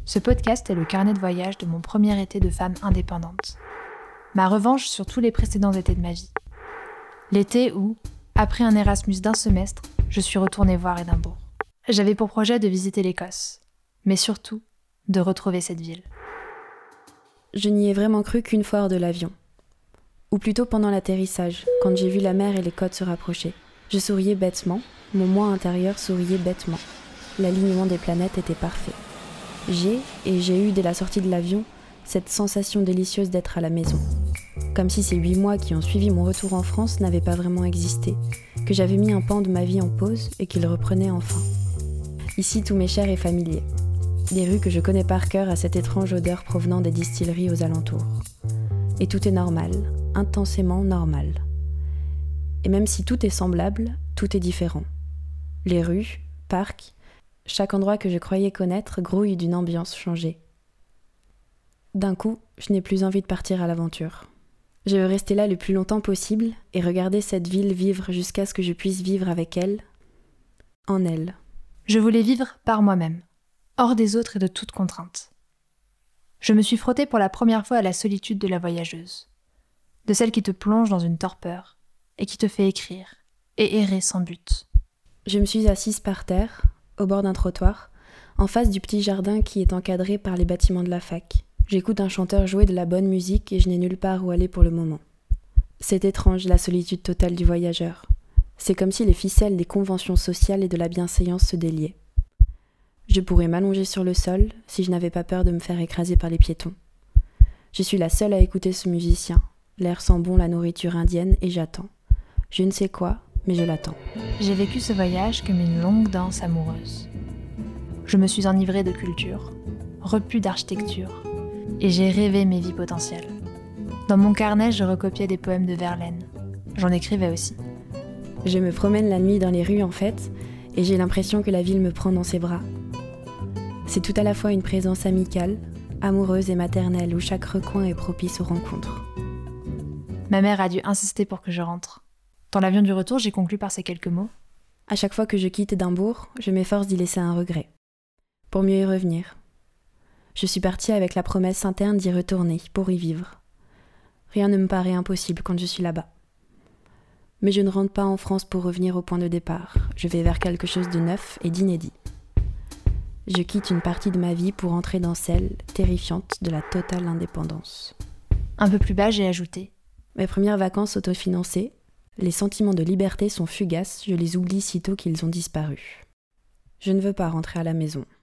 Ce podcast est le carnet de voyage de mon premier été de femme indépendante. Ma revanche sur tous les précédents étés de ma vie. L'été où, après un Erasmus d'1 semestre, je suis retournée voir Édimbourg. J'avais pour projet de visiter l'Écosse, mais surtout, de retrouver cette ville. Je n'y ai vraiment cru qu'une fois hors de l'avion. Ou plutôt pendant l'atterrissage, quand j'ai vu la mer et les côtes se rapprocher. Je souriais bêtement, mon moi intérieur souriait bêtement. L'alignement des planètes était parfait. J'ai eu dès la sortie de l'avion cette sensation délicieuse d'être à la maison. Comme si ces 8 mois qui ont suivi mon retour en France n'avaient pas vraiment existé, que j'avais mis un pan de ma vie en pause et qu'il reprenait enfin. Ici, tout m'est cher et familier. Des rues que je connais par cœur à cette étrange odeur provenant des distilleries aux alentours. Et tout est normal, intensément normal. Et même si tout est semblable, tout est différent. Les rues, parcs, chaque endroit que je croyais connaître grouille d'une ambiance changée. D'un coup, je n'ai plus envie de partir à l'aventure. Je veux rester là le plus longtemps possible et regarder cette ville vivre jusqu'à ce que je puisse vivre avec elle, en elle. Je voulais vivre par moi-même, hors des autres et de toute contrainte. Je me suis frottée pour la première fois à la solitude de la voyageuse, de celle qui te plonge dans une torpeur et qui te fait écrire et errer sans but. Je me suis assise par terre, au bord d'un trottoir, en face du petit jardin qui est encadré par les bâtiments de la fac. J'écoute un chanteur jouer de la bonne musique et je n'ai nulle part où aller pour le moment. C'est étrange, la solitude totale du voyageur. C'est comme si les ficelles des conventions sociales et de la bienséance se déliaient. Je pourrais m'allonger sur le sol si je n'avais pas peur de me faire écraser par les piétons. Je suis la seule à écouter ce musicien. L'air sent bon la nourriture indienne et j'attends. Je ne sais quoi, mais je l'attends. J'ai vécu ce voyage comme une longue danse amoureuse. Je me suis enivrée de culture, repue d'architecture, et j'ai rêvé mes vies potentielles. Dans mon carnet, je recopiais des poèmes de Verlaine. J'en écrivais aussi. Je me promène la nuit dans les rues en fait, et j'ai l'impression que la ville me prend dans ses bras. C'est tout à la fois une présence amicale, amoureuse et maternelle où chaque recoin est propice aux rencontres. Ma mère a dû insister pour que je rentre. Dans l'avion du retour, j'ai conclu par ces quelques mots. À chaque fois que je quitte Édimbourg, je m'efforce d'y laisser un regret, pour mieux y revenir. Je suis partie avec la promesse interne d'y retourner, pour y vivre. Rien ne me paraît impossible quand je suis là-bas. Mais je ne rentre pas en France pour revenir au point de départ. Je vais vers quelque chose de neuf et d'inédit. Je quitte une partie de ma vie pour entrer dans celle, terrifiante, de la totale indépendance. Un peu plus bas, j'ai ajouté. Mes premières vacances autofinancées, les sentiments de liberté sont fugaces, je les oublie sitôt qu'ils ont disparu. Je ne veux pas rentrer à la maison.